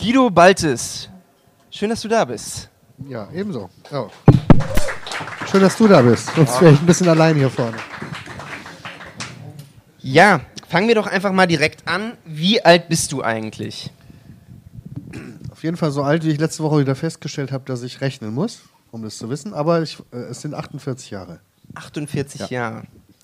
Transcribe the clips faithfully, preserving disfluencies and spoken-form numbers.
Guido Baltes, schön, dass du da bist. Ja, ebenso. Ja. Schön, dass du da bist, sonst wäre ich ein bisschen allein hier vorne. Ja, fangen wir doch einfach mal direkt an. Wie alt bist du eigentlich? Auf jeden Fall so alt, wie ich letzte Woche wieder festgestellt habe, dass ich rechnen muss, um das zu wissen. Aber ich, äh, es sind achtundvierzig Jahre. achtundvierzig Ja. Jahre.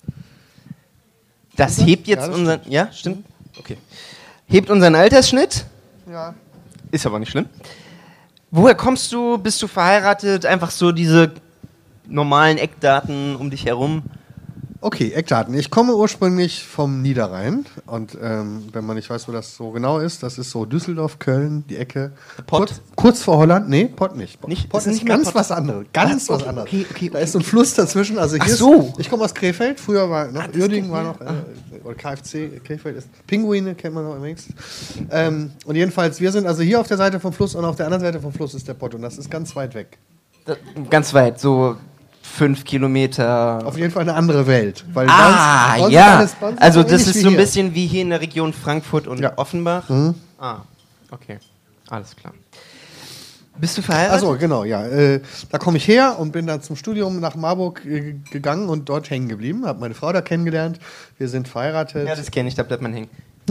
Das hebt jetzt Ja, das unseren... stimmt. Ja, stimmt? Okay. Hebt unseren Altersschnitt? Ja. Ist aber nicht schlimm. Woher kommst du? Bist du verheiratet? Einfach so diese normalen Eckdaten um dich herum? Okay, Eckdaten. Ich komme ursprünglich vom Niederrhein und ähm, wenn man nicht weiß, wo das so genau ist, das ist so Düsseldorf, Köln, die Ecke. Pott? Kurz, kurz vor Holland. Nee, Pott nicht. Nicht- Pott ist ist, nicht mehr ganz Pott? was anderes. Ganz Ah, was okay, anderes. okay, okay, Da okay, ist so ein Fluss dazwischen. Also hier Ach so. ist, ich komme aus Krefeld. Früher war noch das Uerdingen, kennt war ihr. noch äh, oder K F C. Krefeld ist Pinguine kennt man noch im Mix. Ähm, und jedenfalls, wir sind also hier auf der Seite vom Fluss und auf der anderen Seite vom Fluss ist der Pott und das ist ganz weit weg. Da, ganz weit, so fünf Kilometer. Auf jeden Fall eine andere Welt. Weil Ah, sonst- sonst ja. alles- sonst Also so das ähnlich ist wie so ein hier. bisschen wie hier in der Region Frankfurt und Ja. Offenbach. Mhm. Ah, okay. Alles klar. Bist du verheiratet? Achso, genau, ja. Äh, da komme ich her und bin dann zum Studium nach Marburg äh, gegangen und dort hängen geblieben. Habe meine Frau da kennengelernt. Wir sind verheiratet. Ja, das kenne ich, da bleibt man hängen.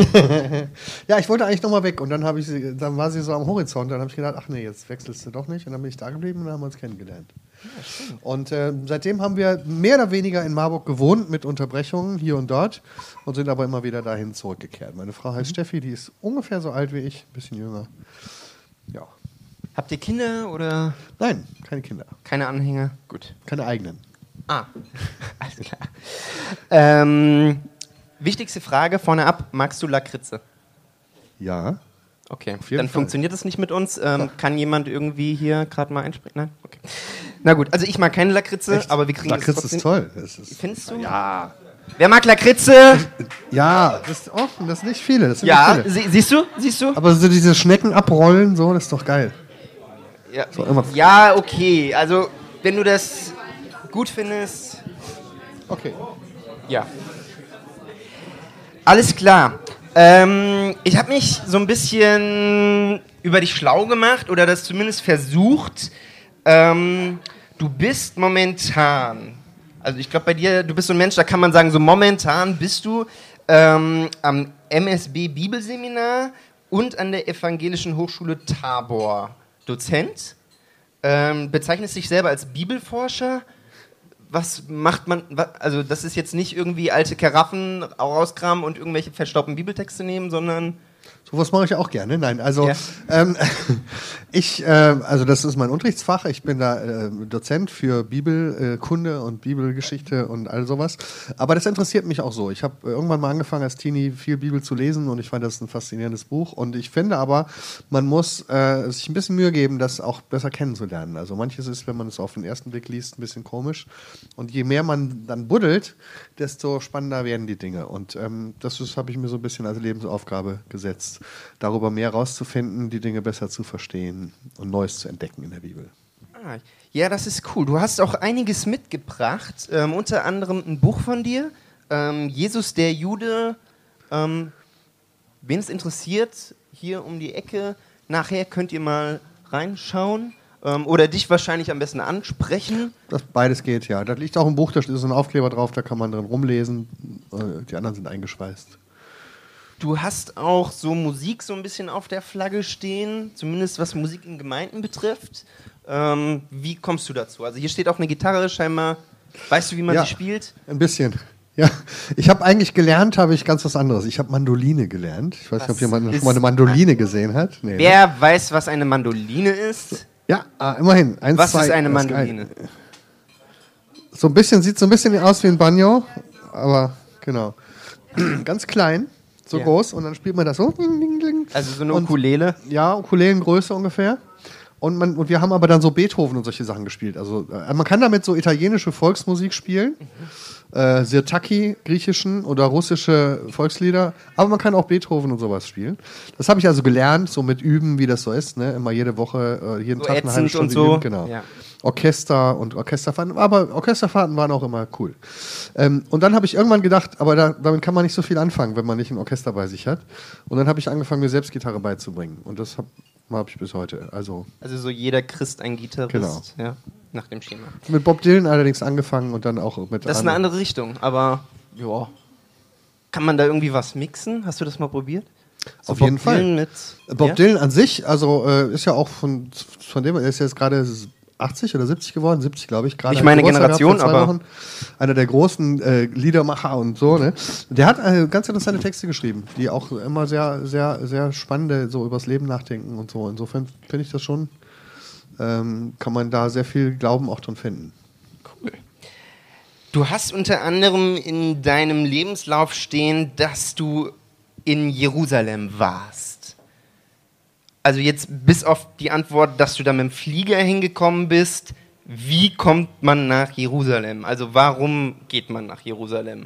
Ja, ich wollte eigentlich nochmal weg und dann, ich sie, dann war sie so am Horizont. Dann habe ich gedacht, ach nee, jetzt wechselst du doch nicht. Und dann bin ich da geblieben und dann haben wir uns kennengelernt. Ja, und äh, seitdem haben wir mehr oder weniger in Marburg gewohnt mit Unterbrechungen hier und dort und sind aber immer wieder dahin zurückgekehrt. Meine Frau heißt Mhm. Steffi, die ist ungefähr so alt wie ich, ein bisschen jünger. Ja. Habt ihr Kinder oder Nein, keine Kinder, keine Anhänger? Gut. keine eigenen. Ah, alles klar. Ähm, wichtigste Frage vorne ab. Magst du Lakritze? Ja. Okay, Auf jeden dann Fall. funktioniert das nicht mit uns. Ähm, kann jemand irgendwie hier gerade mal einspringen? Nein? Okay. Na gut, also ich mag keine Lakritze, Echt? aber wir kriegen Lakritze das trotzdem. ist toll. Das ist Findest du? Ja. Wer mag Lakritze? Ja, das ist offen, das sind nicht viele. Das sind Ja, nicht viele. sie, siehst du? Siehst du? Aber so diese Schnecken abrollen, so, das ist doch geil. Ja, So, immer- ja, okay. Also, wenn du das gut findest, Okay. ja. Alles klar. Ähm, ich habe mich so ein bisschen über dich schlau gemacht oder das zumindest versucht. Ähm, du bist momentan, also ich glaube bei dir, du bist so ein Mensch, da kann man sagen, so momentan bist du ähm, am M S B Bibelseminar und an der Evangelischen Hochschule Tabor Dozent. Ähm, bezeichnest dich selber als Bibelforscher. Was macht man, wa- also das ist jetzt nicht irgendwie alte Karaffen rauskramen und irgendwelche verstaubten Bibeltexte nehmen, sondern... Sowas mache ich auch gerne. Nein, also Ja. ähm, ich, äh, also das ist mein Unterrichtsfach. Ich bin da äh, Dozent für Bibelkunde äh, Kunde und Bibelgeschichte und all sowas. Aber das interessiert mich auch so. Ich habe äh, irgendwann mal angefangen als Teenie viel Bibel zu lesen und ich fand das ein faszinierendes Buch. Und ich finde aber, man muss äh, sich ein bisschen Mühe geben, das auch besser kennenzulernen. Also manches ist, wenn man es auf den ersten Blick liest, ein bisschen komisch. Und je mehr man dann buddelt, desto spannender werden die Dinge. Und ähm, das habe ich mir so ein bisschen als Lebensaufgabe gesetzt, darüber mehr rauszufinden, die Dinge besser zu verstehen und Neues zu entdecken in der Bibel. Ah, ja, das ist cool. Du hast auch einiges mitgebracht, ähm, unter anderem ein Buch von dir, ähm, Jesus der Jude. Ähm, wen es interessiert, hier um die Ecke, nachher könnt ihr mal reinschauen ähm, oder dich wahrscheinlich am besten ansprechen. Das beides geht, ja. Da liegt auch ein Buch, da ist so ein Aufkleber drauf, da kann man drin rumlesen. Äh, Die anderen sind eingeschweißt. Du hast auch so Musik so ein bisschen auf der Flagge stehen, zumindest was Musik in Gemeinden betrifft. Ähm, wie kommst du dazu? Also hier steht auch eine Gitarre, scheinbar. Weißt du, wie man Ja. sie spielt? Ein bisschen. Ja, ich habe eigentlich gelernt, habe ich ganz was anderes. Ich habe Mandoline gelernt. Ich weiß nicht, Was ob jemand schon ist mal eine Mandoline gesehen hat. Nee, ne? Wer weiß, was eine Mandoline ist? Ja, ah, immerhin. Eins, Was zwei, ist eine das geil. Mandoline? So ein bisschen, sieht so ein bisschen aus wie ein Banjo, aber genau. Ganz klein, so Ja. groß und dann spielt man das so. Ding, ding, ding. Also so eine Und- Ukulele. Ja, Ukulelengröße ungefähr. Und, man, und wir haben aber dann so Beethoven und solche Sachen gespielt. Also äh, man kann damit so italienische Volksmusik spielen, äh, Sirtaki, griechischen oder russische Volkslieder, aber man kann auch Beethoven und sowas spielen. Das habe ich also gelernt, so mit Üben, wie das so ist, ne? Immer jede Woche, äh, jeden So Tag eine halbe ätzend Stunde und so. üben. Genau. Ja. Orchester und Orchesterfahrten, aber Orchesterfahrten waren auch immer cool. Ähm, und dann habe ich irgendwann gedacht, aber da, damit kann man nicht so viel anfangen, wenn man nicht ein Orchester bei sich hat. Und dann habe ich angefangen, mir selbst Gitarre beizubringen. Und das hab, habe ich bis heute. Also, also so jeder Christ ein Gitarrist, genau. Ja, nach dem Schema. Mit Bob Dylan allerdings angefangen und dann auch mit... Das ist eine andere Richtung, aber ja. Kann man da irgendwie was mixen? Hast du das mal probiert? So Auf Bob jeden Fall. Dylan mit, Bob ja? Dylan an sich, also äh, ist ja auch von, von dem, er ist jetzt gerade achtzig oder siebzig geworden, siebzig glaube ich. Gerade Nicht meine Geburtstag Generation, gehabt vor zwei aber... Wochen. Einer der großen äh, Liedermacher und so, ne? Der hat äh, ganz interessante Texte geschrieben, die auch immer sehr, sehr, sehr spannende, so übers Leben nachdenken und so. Insofern finde ich das schon, ähm, kann man da sehr viel Glauben auch drin finden. Cool. Du hast unter anderem in deinem Lebenslauf stehen, dass du in Jerusalem warst. Also jetzt bis auf die Antwort, dass du da mit dem Flieger hingekommen bist, wie kommt man nach Jerusalem? Also warum geht man nach Jerusalem?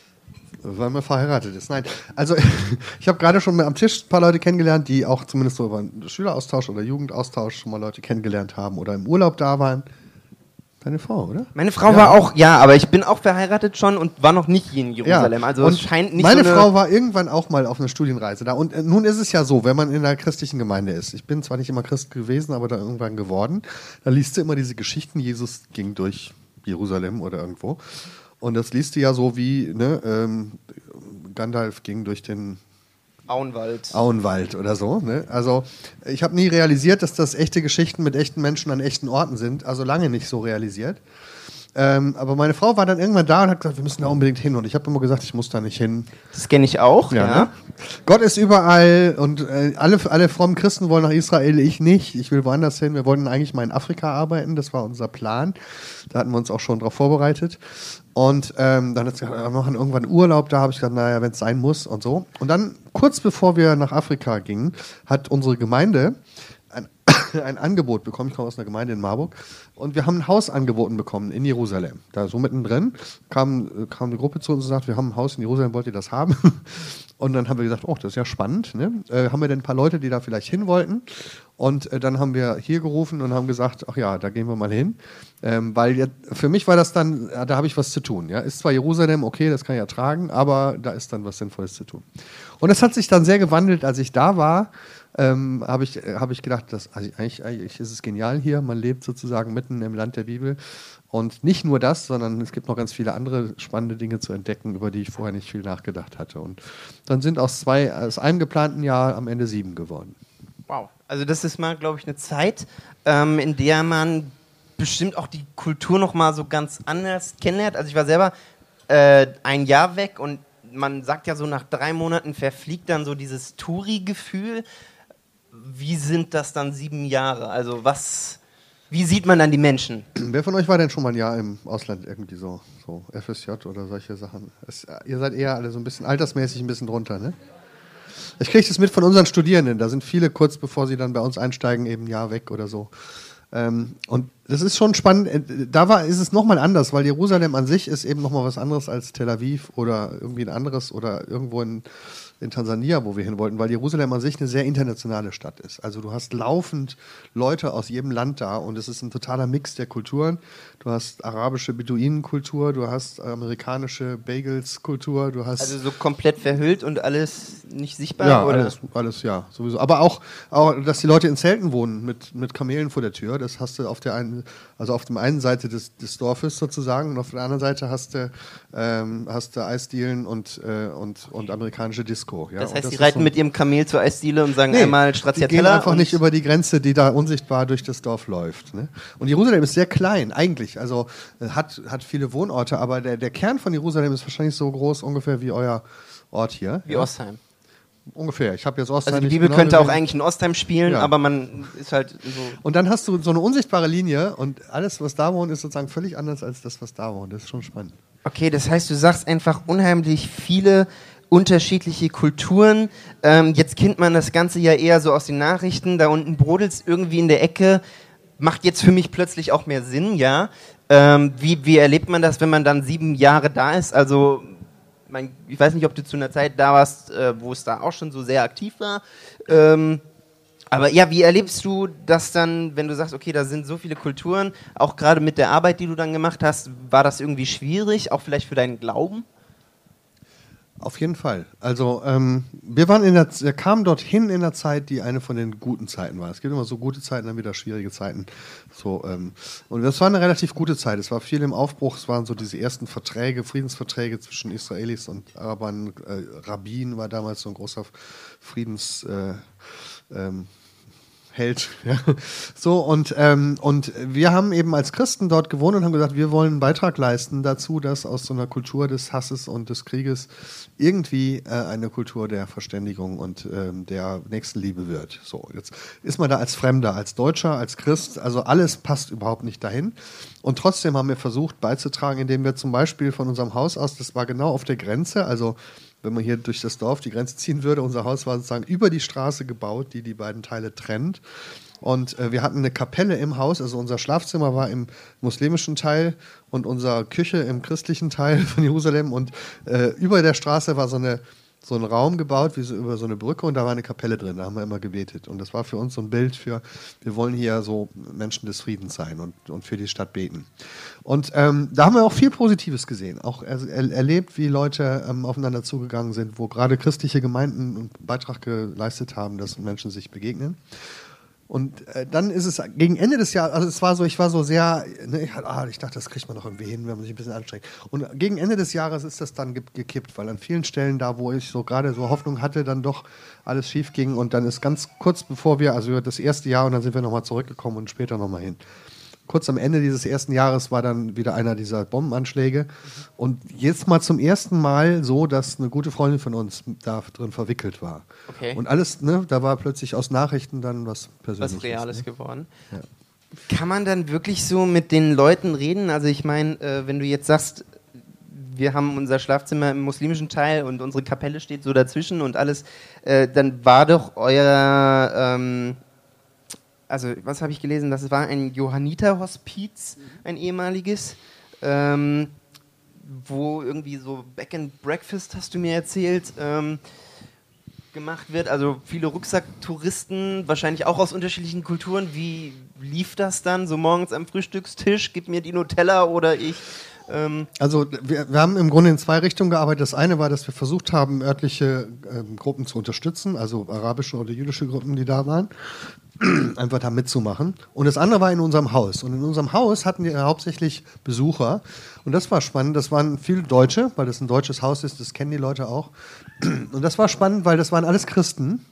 Weil man verheiratet ist. Nein, also ich habe gerade schon am Tisch ein paar Leute kennengelernt, die auch zumindest so über einen Schüleraustausch oder Jugendaustausch schon mal Leute kennengelernt haben oder im Urlaub da waren. Deine Frau, oder? Meine Frau ja. war auch, ja, aber ich bin auch verheiratet schon und war noch nicht hier in Jerusalem. Ja. Also und es scheint nicht meine so eine Frau war irgendwann auch mal auf einer Studienreise da. Und äh, nun ist es ja so, wenn man in einer christlichen Gemeinde ist. Ich bin zwar nicht immer Christ gewesen, aber da irgendwann geworden. Da liest du immer diese Geschichten, Jesus ging durch Jerusalem oder irgendwo. Und das liest du ja so wie, ne, ähm, Gandalf ging durch den Auenwald. Auenwald oder so. Ne? Also ich habe nie realisiert, dass das echte Geschichten mit echten Menschen an echten Orten sind. Also lange nicht so realisiert. Ähm, aber meine Frau war dann irgendwann da und hat gesagt, wir müssen da unbedingt hin. Und ich habe immer gesagt, ich muss da nicht hin. Das kenne ich auch, ja. ja. Ne? Gott ist überall und äh, alle, alle frommen Christen wollen nach Israel, ich nicht. Ich will woanders hin. Wir wollten eigentlich mal in Afrika arbeiten, das war unser Plan. Da hatten wir uns auch schon drauf vorbereitet. Und ähm, dann hat sie gesagt, wir machen irgendwann Urlaub, da habe ich gesagt, naja, wenn es sein muss und so. Und dann, kurz bevor wir nach Afrika gingen, hat unsere Gemeinde ein, ein Angebot bekommen. Ich komme aus einer Gemeinde in Marburg. Und wir haben ein Haus angeboten bekommen in Jerusalem. Da so mittendrin kam, kam eine Gruppe zu uns und sagt, wir haben ein Haus in Jerusalem, wollt ihr das haben? Und dann haben wir gesagt, oh, das ist ja spannend. Ne? Äh, haben wir denn ein paar Leute, die da vielleicht hin wollten? Und äh, dann haben wir hier gerufen und haben gesagt, ach ja, da gehen wir mal hin. Ähm, weil jetzt, für mich war das dann, ja, da habe ich was zu tun. Ja? Ist zwar Jerusalem, okay, das kann ich ertragen, aber da ist dann was Sinnvolles zu tun. Und das hat sich dann sehr gewandelt, als ich da war. Ähm, habe ich, hab ich gedacht, dass, also eigentlich, eigentlich ist es genial hier. Man lebt sozusagen mitten im Land der Bibel. Und nicht nur das, sondern es gibt noch ganz viele andere spannende Dinge zu entdecken, über die ich vorher nicht viel nachgedacht hatte. Und dann sind aus zwei, aus einem geplanten Jahr am Ende sieben geworden. Wow. Also das ist mal, glaube ich, eine Zeit, ähm, in der man bestimmt auch die Kultur noch mal so ganz anders kennenlernt. Also ich war selber äh, ein Jahr weg und man sagt ja so, nach drei Monaten verfliegt dann so dieses Touri-Gefühl. Wie sind das dann sieben Jahre? Also was, wie sieht man dann die Menschen? Wer von euch war denn schon mal ein Jahr im Ausland irgendwie so, so F S J oder solche Sachen? Es, ihr seid eher alle so ein bisschen altersmäßig ein bisschen drunter, ne? Ich kriege das mit von unseren Studierenden. Da sind viele kurz bevor sie dann bei uns einsteigen eben ein Jahr weg oder so. Ähm, und das ist schon spannend. Da war, ist es nochmal anders, weil Jerusalem an sich ist eben nochmal was anderes als Tel Aviv oder irgendwie ein anderes oder irgendwo in, in Tansania, wo wir hin wollten, weil Jerusalem an sich eine sehr internationale Stadt ist. Also du hast laufend Leute aus jedem Land da und es ist ein totaler Mix der Kulturen. Du hast arabische Beduinenkultur, du hast amerikanische Bagels-Kultur, du hast... Also so komplett verhüllt und alles nicht sichtbar? Ja, oder? alles, alles, ja, sowieso. Aber auch, auch, dass die Leute in Zelten wohnen mit, mit Kamelen vor der Tür, das hast du auf der einen, also auf der einen Seite des, des Dorfes sozusagen und auf der anderen Seite hast du, ähm, hast du Eisdielen und, äh, und, und amerikanische Disco. Ja? Das heißt, das die reiten so mit ihrem Kamel zur Eisdiele und sagen nee, einmal die Stracciatella? gehen einfach nicht über die Grenze, die da unsichtbar durch das Dorf läuft. Ne? Und Jerusalem ist sehr klein, eigentlich. Also äh, hat, hat viele Wohnorte, aber der, der Kern von Jerusalem ist wahrscheinlich so groß ungefähr wie euer Ort hier. Wie ja? Ostheim. Ungefähr. Ich habe jetzt Ostheim Also die nicht Bibel genau könnte auch gesehen. eigentlich in Ostheim spielen, Ja. aber man ist halt so... Und dann hast du so eine unsichtbare Linie und alles, was da wohnt, ist sozusagen völlig anders als das, was da wohnt. Das ist schon spannend. Okay, das heißt, du sagst einfach unheimlich viele unterschiedliche Kulturen. Ähm, jetzt kennt man das Ganze ja eher so aus den Nachrichten. Da unten brodelt es irgendwie in der Ecke. Macht jetzt für mich plötzlich auch mehr Sinn, ja. Ähm, wie, wie erlebt man das, wenn man dann sieben Jahre da ist? Also, mein, ich weiß nicht, ob du zu einer Zeit da warst, äh, wo es da auch schon so sehr aktiv war. Ähm, aber ja, wie erlebst du das dann, wenn du sagst, okay, da sind so viele Kulturen, auch gerade mit der Arbeit, die du dann gemacht hast, war das irgendwie schwierig, auch vielleicht für deinen Glauben? Auf jeden Fall. Also ähm, wir waren in der, wir kamen dorthin in der Zeit, die eine von den guten Zeiten war. Es gibt immer so gute Zeiten, dann wieder schwierige Zeiten. So ähm, und das war eine relativ gute Zeit. Es war viel im Aufbruch. Es waren so diese ersten Verträge, Friedensverträge zwischen Israelis und Arabern. Äh, Rabin war damals so ein großer Friedens äh, ähm, Held. Ja. So, und, ähm, und wir haben eben als Christen dort gewohnt und haben gesagt, wir wollen einen Beitrag leisten dazu, dass aus so einer Kultur des Hasses und des Krieges irgendwie äh, eine Kultur der Verständigung und ähm, der Nächstenliebe wird. So, jetzt ist man da als Fremder, als Deutscher, als Christ, also alles passt überhaupt nicht dahin. Und trotzdem haben wir versucht beizutragen, indem wir zum Beispiel von unserem Haus aus, das war genau auf der Grenze, also wenn man hier durch das Dorf die Grenze ziehen würde, unser Haus war sozusagen über die Straße gebaut, die die beiden Teile trennt. Und äh, wir hatten eine Kapelle im Haus, also unser Schlafzimmer war im muslimischen Teil und unsere Küche im christlichen Teil von Jerusalem. Und äh, über der Straße war so eine so ein Raum gebaut, wie so über so eine Brücke, und da war eine Kapelle drin, da haben wir immer gebetet. Und das war für uns so ein Bild für, wir wollen hier so Menschen des Friedens sein und, und für die Stadt beten. Und ähm, da haben wir auch viel Positives gesehen, auch er, er, erlebt, wie Leute ähm, aufeinander zugegangen sind, wo gerade christliche Gemeinden einen Beitrag geleistet haben, dass Menschen sich begegnen. Und äh, dann ist es gegen Ende des Jahres, also es war so, ich war so sehr, ne, ich, ah, ich dachte, das kriegt man noch irgendwie hin, wenn man sich ein bisschen anstrengt. Und gegen Ende des Jahres ist das dann ge- gekippt, weil an vielen Stellen da, wo ich so gerade so Hoffnung hatte, dann doch alles schief ging. Und dann ist ganz kurz bevor wir, also das erste Jahr, und dann sind wir nochmal zurückgekommen und später nochmal hin. Kurz am Ende dieses ersten Jahres war dann wieder einer dieser Bombenanschläge. Und jetzt mal zum ersten Mal so, dass eine gute Freundin von uns da drin verwickelt war. Okay. Und alles, ne, da war plötzlich aus Nachrichten dann was Persönliches. Was Reales ne? geworden. Ja. Kann man dann wirklich so mit den Leuten reden? Also ich meine, äh, wenn du jetzt sagst, wir haben unser Schlafzimmer im muslimischen Teil und unsere Kapelle steht so dazwischen und alles, äh, dann war doch euer... Ähm, also was habe ich gelesen, das war ein Johanniter-Hospiz, ein ehemaliges, ähm, wo irgendwie so Back and Breakfast, hast du mir erzählt, ähm, gemacht wird. Also viele Rucksacktouristen, wahrscheinlich auch aus unterschiedlichen Kulturen. Wie lief das dann so morgens am Frühstückstisch? Gib mir die Nutella oder ich... Ähm Also wir, wir haben im Grunde in zwei Richtungen gearbeitet. Das eine war, dass wir versucht haben, örtliche ähm, Gruppen zu unterstützen, also arabische oder jüdische Gruppen, die da waren, einfach da mitzumachen. Und das andere war in unserem Haus. Und in unserem Haus hatten wir hauptsächlich Besucher. Und das war spannend. Das waren viele Deutsche, weil das ein deutsches Haus ist. Das kennen die Leute auch. Und das war spannend, weil das waren alles Christen,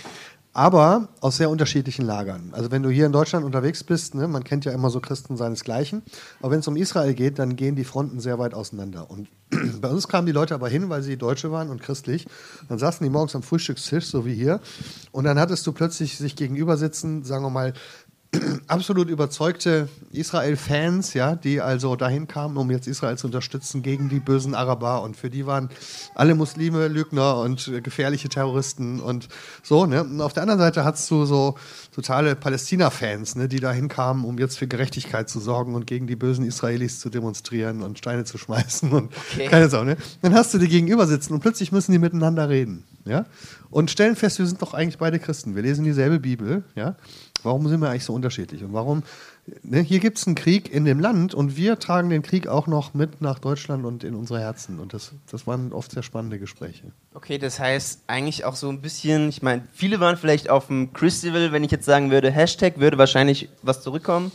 aber aus sehr unterschiedlichen Lagern. Also wenn du hier in Deutschland unterwegs bist, ne, man kennt ja immer so Christen seinesgleichen, aber wenn es um Israel geht, dann gehen die Fronten sehr weit auseinander. Und bei uns kamen die Leute aber hin, weil sie Deutsche waren und christlich. Dann saßen die morgens am Frühstückstisch, so wie hier, und dann hattest du plötzlich sich gegenüber sitzen, sagen wir mal, absolut überzeugte Israel-Fans, ja, die also dahin kamen, um jetzt Israel zu unterstützen gegen die bösen Araber, und für die waren alle Muslime Lügner und äh, gefährliche Terroristen und so, ne? Und auf der anderen Seite hattest du so totale Palästina-Fans, ne, die dahin kamen, um jetzt für Gerechtigkeit zu sorgen und gegen die bösen Israelis zu demonstrieren und Steine zu schmeißen und okay. keine Sau, ne? Dann hast du die gegenüber sitzen und plötzlich müssen die miteinander reden, ja? Und stellen fest, wir sind doch eigentlich beide Christen, wir lesen dieselbe Bibel, ja? Warum sind wir eigentlich so unterschiedlich? Und warum, ne, hier gibt es einen Krieg in dem Land und wir tragen den Krieg auch noch mit nach Deutschland und in unsere Herzen. Und das, das waren oft sehr spannende Gespräche. Okay, das heißt eigentlich auch so ein bisschen, ich meine, viele waren vielleicht auf dem Christival, wenn ich jetzt sagen würde, Hashtag, würde wahrscheinlich was zurückkommen.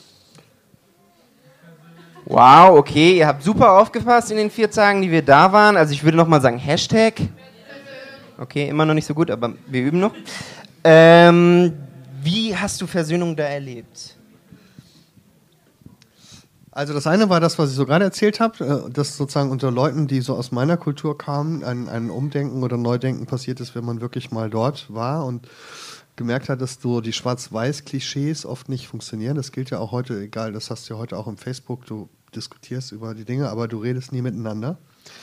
Wow, okay, ihr habt super aufgepasst in den vier Tagen, die wir da waren. Also ich würde nochmal sagen, Hashtag. Okay, immer noch nicht so gut, aber wir üben noch. Ähm... Wie hast du Versöhnung da erlebt? Also das eine war das, was ich so gerade erzählt habe, dass sozusagen unter Leuten, die so aus meiner Kultur kamen, ein, ein Umdenken oder Neudenken passiert ist, wenn man wirklich mal dort war und gemerkt hat, dass so die Schwarz-Weiß-Klischees oft nicht funktionieren. Das gilt ja auch heute, egal, das hast du ja heute auch im Facebook, du diskutierst über die Dinge, aber du redest nie miteinander.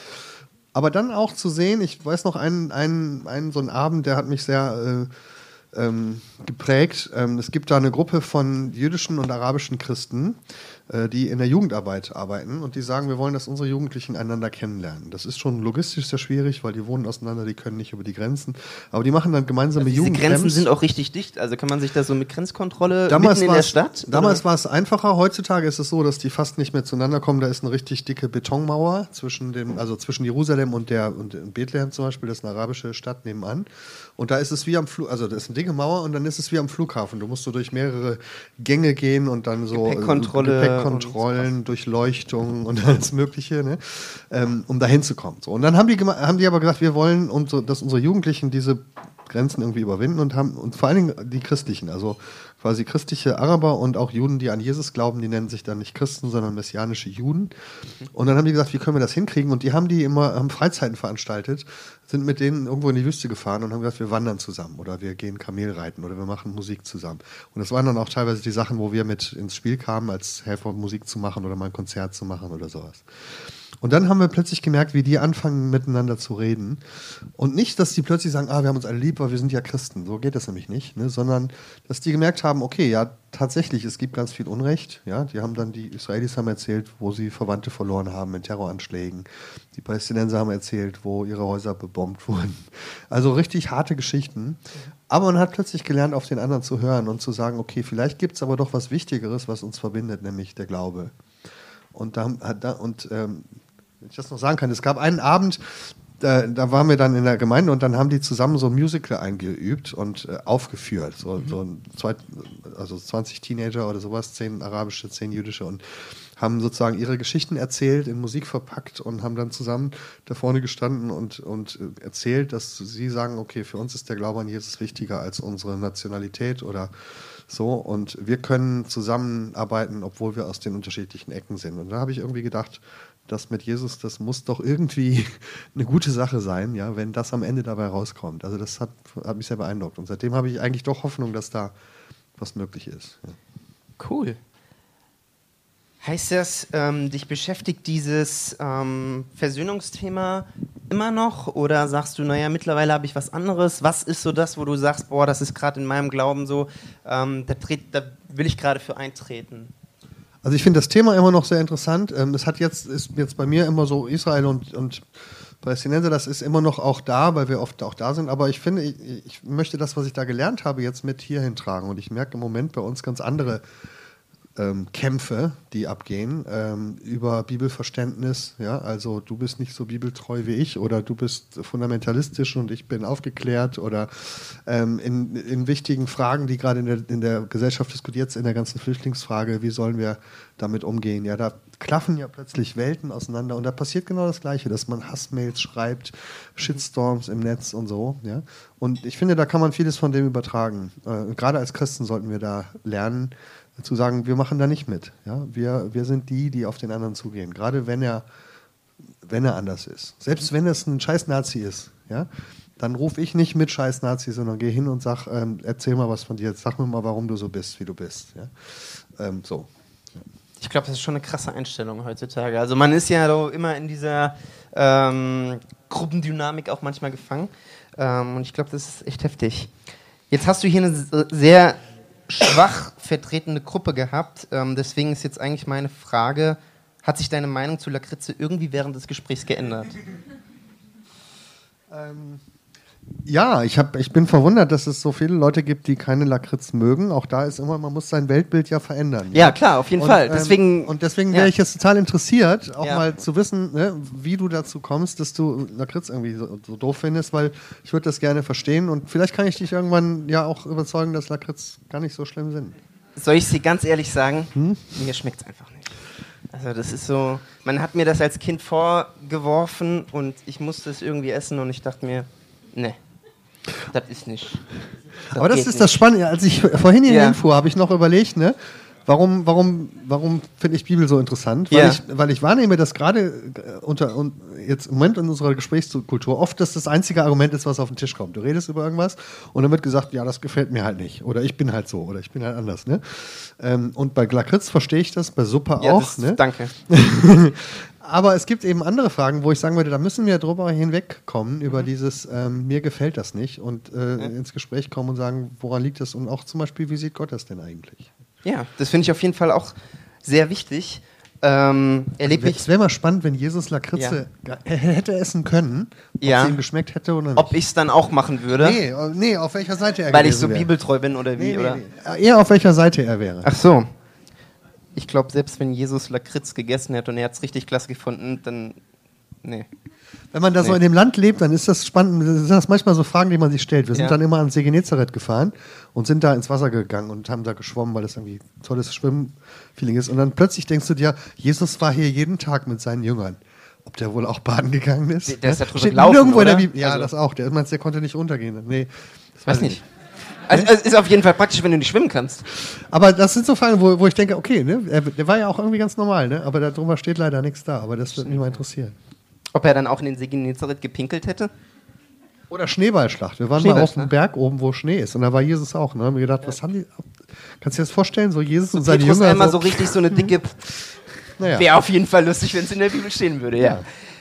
Aber dann auch zu sehen, ich weiß noch einen, einen, einen so einen Abend, der hat mich sehr... Äh, ähm, geprägt. Ähm, es gibt da eine Gruppe von jüdischen und arabischen Christen, äh, die in der Jugendarbeit arbeiten und die sagen, wir wollen, dass unsere Jugendlichen einander kennenlernen. Das ist schon logistisch sehr schwierig, weil die wohnen auseinander, die können nicht über die Grenzen. Aber die machen dann gemeinsame also Jugendcamps. Die Grenzen sind auch richtig dicht. Also kann man sich das so mit Grenzkontrolle damals mitten in der Stadt? Damals oder? war es einfacher. Heutzutage ist es so, dass die fast nicht mehr zueinander kommen. Da ist eine richtig dicke Betonmauer zwischen dem, also zwischen Jerusalem und der und Bethlehem zum Beispiel. Das ist eine arabische Stadt nebenan. Und da ist es wie am Flug, also da ist eine dicke Mauer und dann ist es wie am Flughafen. Du musst so durch mehrere Gänge gehen und dann so Gepäckkontrolle, Gepäckkontrollen, Durchleuchtung und alles Mögliche, ne? ähm, um da hinzukommen. So. Und dann haben die, haben die aber gesagt, wir wollen, unsere, dass unsere Jugendlichen diese Grenzen irgendwie überwinden und haben, und vor allen Dingen die Christlichen, also quasi christliche Araber und auch Juden, die an Jesus glauben, die nennen sich dann nicht Christen, sondern messianische Juden. Und dann haben die gesagt, wie können wir das hinkriegen? Und die haben die immer, haben Freizeiten veranstaltet, sind mit denen irgendwo in die Wüste gefahren und haben gesagt, wir wandern zusammen oder wir gehen Kamel reiten oder wir machen Musik zusammen. Und das waren dann auch teilweise die Sachen, wo wir mit ins Spiel kamen, als Helfer Musik zu machen oder mal ein Konzert zu machen oder sowas. Und dann haben wir plötzlich gemerkt, wie die anfangen, miteinander zu reden. Und nicht, dass die plötzlich sagen, ah, wir haben uns alle lieb, weil wir sind ja Christen. So geht das nämlich nicht. Ne? Sondern, dass die gemerkt haben, okay, ja, tatsächlich, es gibt ganz viel Unrecht. Ja? Die haben dann, die Israelis haben erzählt, wo sie Verwandte verloren haben in Terroranschlägen. Die Palästinenser haben erzählt, wo ihre Häuser bebombt wurden. Also richtig harte Geschichten. Aber man hat plötzlich gelernt, auf den anderen zu hören und zu sagen, okay, vielleicht gibt es aber doch was Wichtigeres, was uns verbindet, nämlich der Glaube. Und da, da und ähm, wenn ich das noch sagen kann, es gab einen Abend, da, da waren wir dann in der Gemeinde und dann haben die zusammen so ein Musical eingeübt und äh, aufgeführt. So, mhm. so ein zwei, also zwanzig Teenager oder sowas, zehn arabische, zehn jüdische und haben sozusagen ihre Geschichten erzählt, in Musik verpackt und haben dann zusammen da vorne gestanden und, und erzählt, dass sie sagen, okay, für uns ist der Glaube an Jesus wichtiger als unsere Nationalität oder so und wir können zusammenarbeiten, obwohl wir aus den unterschiedlichen Ecken sind. Und da habe ich irgendwie gedacht, das mit Jesus, das muss doch irgendwie eine gute Sache sein, ja, wenn das am Ende dabei rauskommt. Also das hat, hat mich sehr beeindruckt. Und seitdem habe ich eigentlich doch Hoffnung, dass da was möglich ist. Ja. Cool. Heißt das, ähm, dich beschäftigt dieses ähm, Versöhnungsthema immer noch? Oder sagst du, naja, mittlerweile habe ich was anderes? Was ist so das, wo du sagst, boah, das ist gerade in meinem Glauben so, ähm, da, tret, da will ich gerade für eintreten? Also ich finde das Thema immer noch sehr interessant. Ähm, es hat jetzt, ist jetzt bei mir immer so Israel und, und Palästinenser, das ist immer noch auch da, weil wir oft auch da sind. Aber ich finde, ich, ich möchte das, was ich da gelernt habe, jetzt mit hierhin tragen. Und ich merke im Moment bei uns ganz andere Ähm, Kämpfe, die abgehen, ähm, über Bibelverständnis, ja, also du bist nicht so bibeltreu wie ich oder du bist fundamentalistisch und ich bin aufgeklärt oder ähm, in, in wichtigen Fragen, die gerade in der, in der Gesellschaft diskutiert sind, in der ganzen Flüchtlingsfrage, wie sollen wir damit umgehen, ja, da klaffen ja plötzlich Welten auseinander und da passiert genau das Gleiche, dass man Hassmails schreibt, Shitstorms im Netz und so, ja, und ich finde, da kann man vieles von dem übertragen, äh, gerade als Christen sollten wir da lernen, zu sagen, wir machen da nicht mit. Ja? Wir, wir sind die, die auf den anderen zugehen. Gerade wenn er, wenn er anders ist. Selbst wenn es ein scheiß Nazi ist, ja? Dann rufe ich nicht mit scheiß Nazi, sondern gehe hin und sag, ähm, erzähl mal was von dir. Sag mir mal, warum du so bist, wie du bist. Ja? Ähm, so. Ja. Ich glaube, das ist schon eine krasse Einstellung heutzutage. Also man ist ja so immer in dieser ähm, Gruppendynamik auch manchmal gefangen. Ähm, und ich glaube, das ist echt heftig. Jetzt hast du hier eine sehr schwach vertretene Gruppe gehabt. Ähm, deswegen ist jetzt eigentlich meine Frage, hat sich deine Meinung zu Lakritze irgendwie während des Gesprächs geändert? Ähm, ja, ich, hab, ich bin verwundert, dass es so viele Leute gibt, die keine Lakritz mögen. Auch da ist immer, man muss sein Weltbild ja verändern. Ja, ja klar, auf jeden und, Fall. Ähm, deswegen, und deswegen ja. wäre ich jetzt total interessiert, auch ja. mal zu wissen, ne, wie du dazu kommst, dass du Lakritz irgendwie so, so doof findest, weil ich würde das gerne verstehen und vielleicht kann ich dich irgendwann ja auch überzeugen, dass Lakritz gar nicht so schlimm sind. Soll ich sie ganz ehrlich sagen? Hm? Mir schmeckt es einfach nicht. Also das ist so, man hat mir das als Kind vorgeworfen und ich musste es irgendwie essen und ich dachte mir, ne. Das ist nicht. Das Aber das ist nicht. das Spannende. Als ich vorhin hierhin ja. fuhr, habe ich noch überlegt, ne, warum, warum, warum finde ich Bibel so interessant? Weil, ja. ich, weil ich wahrnehme, dass gerade unter und jetzt im Moment in unserer Gesprächskultur oft das das einzige Argument ist, was auf den Tisch kommt. Du redest über irgendwas und dann wird gesagt, ja, das gefällt mir halt nicht. Oder ich bin halt so oder ich bin halt anders. Ne? Ähm, und bei Lakritz verstehe ich das, bei Suppe ja, auch. Das, ne? Danke. Aber es gibt eben andere Fragen, wo ich sagen würde, da müssen wir drüber hinwegkommen, über mhm. dieses, ähm, mir gefällt das nicht und äh, ja. ins Gespräch kommen und sagen, woran liegt das und auch zum Beispiel, wie sieht Gott das denn eigentlich? Ja, das finde ich auf jeden Fall auch sehr wichtig. Ähm, es wäre mal spannend, wenn Jesus Lakritze ja. hätte essen können, ob ja. es ihm geschmeckt hätte oder nicht. Ob ich es dann auch machen würde? Nee, nee, auf welcher Seite er Weil gewesen ich so wäre. bibeltreu bin oder wie? Nee, oder? Nee, nee. Eher auf welcher Seite er wäre. Ach so. Ich glaube, selbst wenn Jesus Lakritz gegessen hätte und er hat es richtig klasse gefunden, dann, nee. Wenn man da nee. so in dem Land lebt, dann ist das spannend, sind das manchmal so Fragen, die man sich stellt. Wir sind ja. dann immer an See Genezareth gefahren und sind da ins Wasser gegangen und haben da geschwommen, weil das irgendwie ein tolles Schwimmfeeling ist. Und dann plötzlich denkst du dir, Jesus war hier jeden Tag mit seinen Jüngern. Ob der wohl auch baden gegangen ist? Der, der ist da drüber gelaufen, nirgendwo oder? In der Bibel. Ja, also. das auch. Der, meinst, der konnte nicht runtergehen. Nee, das weiß nicht. Also, es ist auf jeden Fall praktisch, wenn du nicht schwimmen kannst. Aber das sind so Fragen, wo, wo ich denke, okay, ne, er, der war ja auch irgendwie ganz normal, ne? Aber darüber steht leider nichts da. Aber das würde mich mal interessieren. Ob er dann auch in den See Genezareth gepinkelt hätte? Oder Schneeballschlacht. Wir waren mal auf dem Berg oben, wo Schnee ist. Und da war Jesus auch. Ne? Da haben wir gedacht, ja. was haben die... Kannst du dir das vorstellen? So Jesus so und seine Petrus Jünger... einmal so richtig so eine dicke... Naja. Wäre auf jeden Fall lustig, wenn es in der Bibel stehen würde, ja. ja.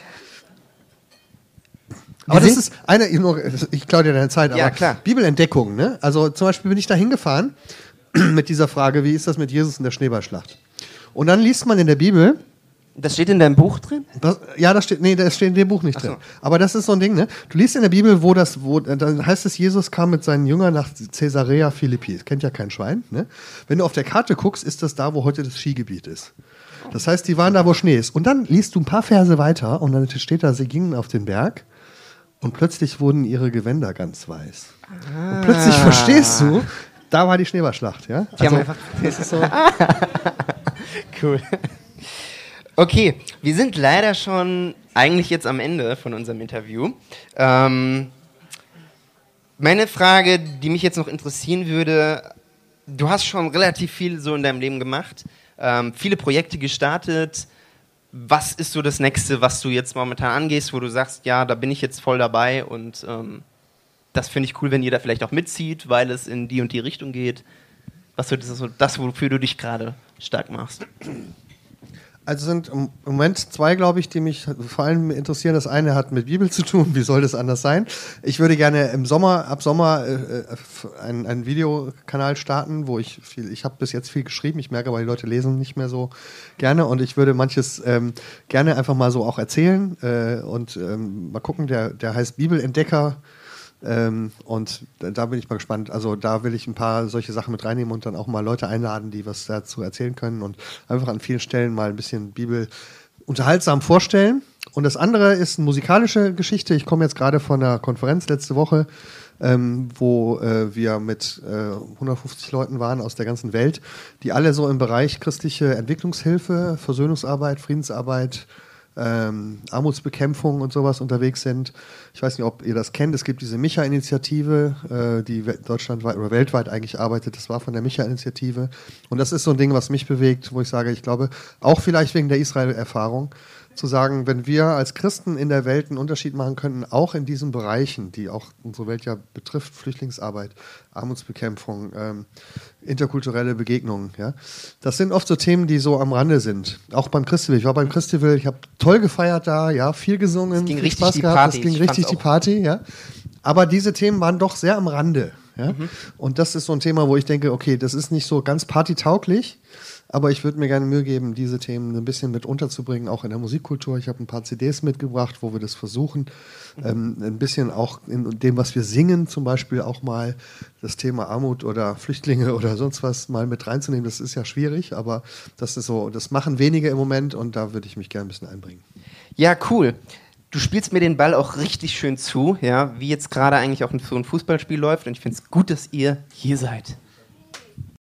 Aber das ist eine, ich klaue dir deine Zeit, aber ja, klar. Bibelentdeckung, ne? Also zum Beispiel bin ich da hingefahren mit dieser Frage, wie ist das mit Jesus in der Schneeballschlacht? Und dann liest man in der Bibel... Das steht in deinem Buch drin? Das, ja, das steht, nee, das steht in dem Buch nicht Ach so. drin. Aber das ist so ein Ding, ne? Du liest in der Bibel, wo das, wo, dann heißt es, Jesus kam mit seinen Jüngern nach Caesarea Philippi. Das kennt ja kein Schwein, ne? Wenn du auf der Karte guckst, ist das da, wo heute das Skigebiet ist. Das heißt, die waren da, wo Schnee ist. Und dann liest du ein paar Verse weiter und dann steht da, sie gingen auf den Berg und plötzlich wurden ihre Gewänder ganz weiß. Ah. Und plötzlich verstehst du, da war die Schneeballschlacht, ja? Die also, haben einfach das ist so cool. Okay, wir sind leider schon eigentlich jetzt am Ende von unserem Interview. Ähm, meine Frage, die mich jetzt noch interessieren würde, du hast schon relativ viel so in deinem Leben gemacht, ähm, viele Projekte gestartet. Was ist so das Nächste, was du jetzt momentan angehst, wo du sagst, ja, da bin ich jetzt voll dabei und ähm, das finde ich cool, wenn ihr da vielleicht auch mitzieht, weil es in die und die Richtung geht. Was ist so das, wofür du dich gerade stark machst? Also sind im Moment zwei, glaube ich, die mich vor allem interessieren. Das eine hat mit Bibel zu tun. Wie soll das anders sein? Ich würde gerne im Sommer, ab Sommer äh, einen, einen Videokanal starten, wo ich viel, ich habe bis jetzt viel geschrieben. Ich merke aber, die Leute lesen nicht mehr so gerne und ich würde manches ähm, gerne einfach mal so auch erzählen äh, und ähm, mal gucken. Der, der heißt Bibelentdecker. Ähm, und da bin ich mal gespannt. Also da will ich ein paar solche Sachen mit reinnehmen und dann auch mal Leute einladen, die was dazu erzählen können und einfach an vielen Stellen mal ein bisschen Bibel unterhaltsam vorstellen. Und das andere ist eine musikalische Geschichte. Ich komme jetzt gerade von einer Konferenz letzte Woche, ähm, wo äh, wir mit äh, hundertfünfzig Leuten waren aus der ganzen Welt, die alle so im Bereich christliche Entwicklungshilfe, Versöhnungsarbeit, Friedensarbeit, Ähm, Armutsbekämpfung und sowas unterwegs sind. Ich weiß nicht, ob ihr das kennt. Es gibt diese Micha-Initiative, äh, die deutschlandweit oder weltweit eigentlich arbeitet. Das war von der Micha-Initiative. Und das ist so ein Ding, was mich bewegt, wo ich sage, ich glaube, auch vielleicht wegen der Israel-Erfahrung, zu sagen, wenn wir als Christen in der Welt einen Unterschied machen könnten, auch in diesen Bereichen, die auch unsere Welt ja betrifft, Flüchtlingsarbeit, Armutsbekämpfung, ähm, interkulturelle Begegnungen, ja, das sind oft so Themen, die so am Rande sind. Auch beim Christival. Ich war beim Christival, ich habe toll gefeiert da, ja, viel gesungen, es ging viel richtig Spaß die gehabt, Party. es ging Ich richtig die Party, ja. Aber diese Themen waren doch sehr am Rande, ja. Mhm. Und das ist so ein Thema, wo ich denke, okay, das ist nicht so ganz partytauglich. Aber ich würde mir gerne Mühe geben, diese Themen ein bisschen mit unterzubringen, auch in der Musikkultur. Ich habe ein paar C Ds mitgebracht, wo wir das versuchen, mhm. ähm, ein bisschen auch in dem, was wir singen, zum Beispiel auch mal das Thema Armut oder Flüchtlinge oder sonst was mal mit reinzunehmen. Das ist ja schwierig, aber das ist so, das machen wenige im Moment und da würde ich mich gerne ein bisschen einbringen. Ja, cool. Du spielst mir den Ball auch richtig schön zu, ja, wie jetzt gerade eigentlich auch so ein Fußballspiel läuft und ich finde es gut, dass ihr hier seid.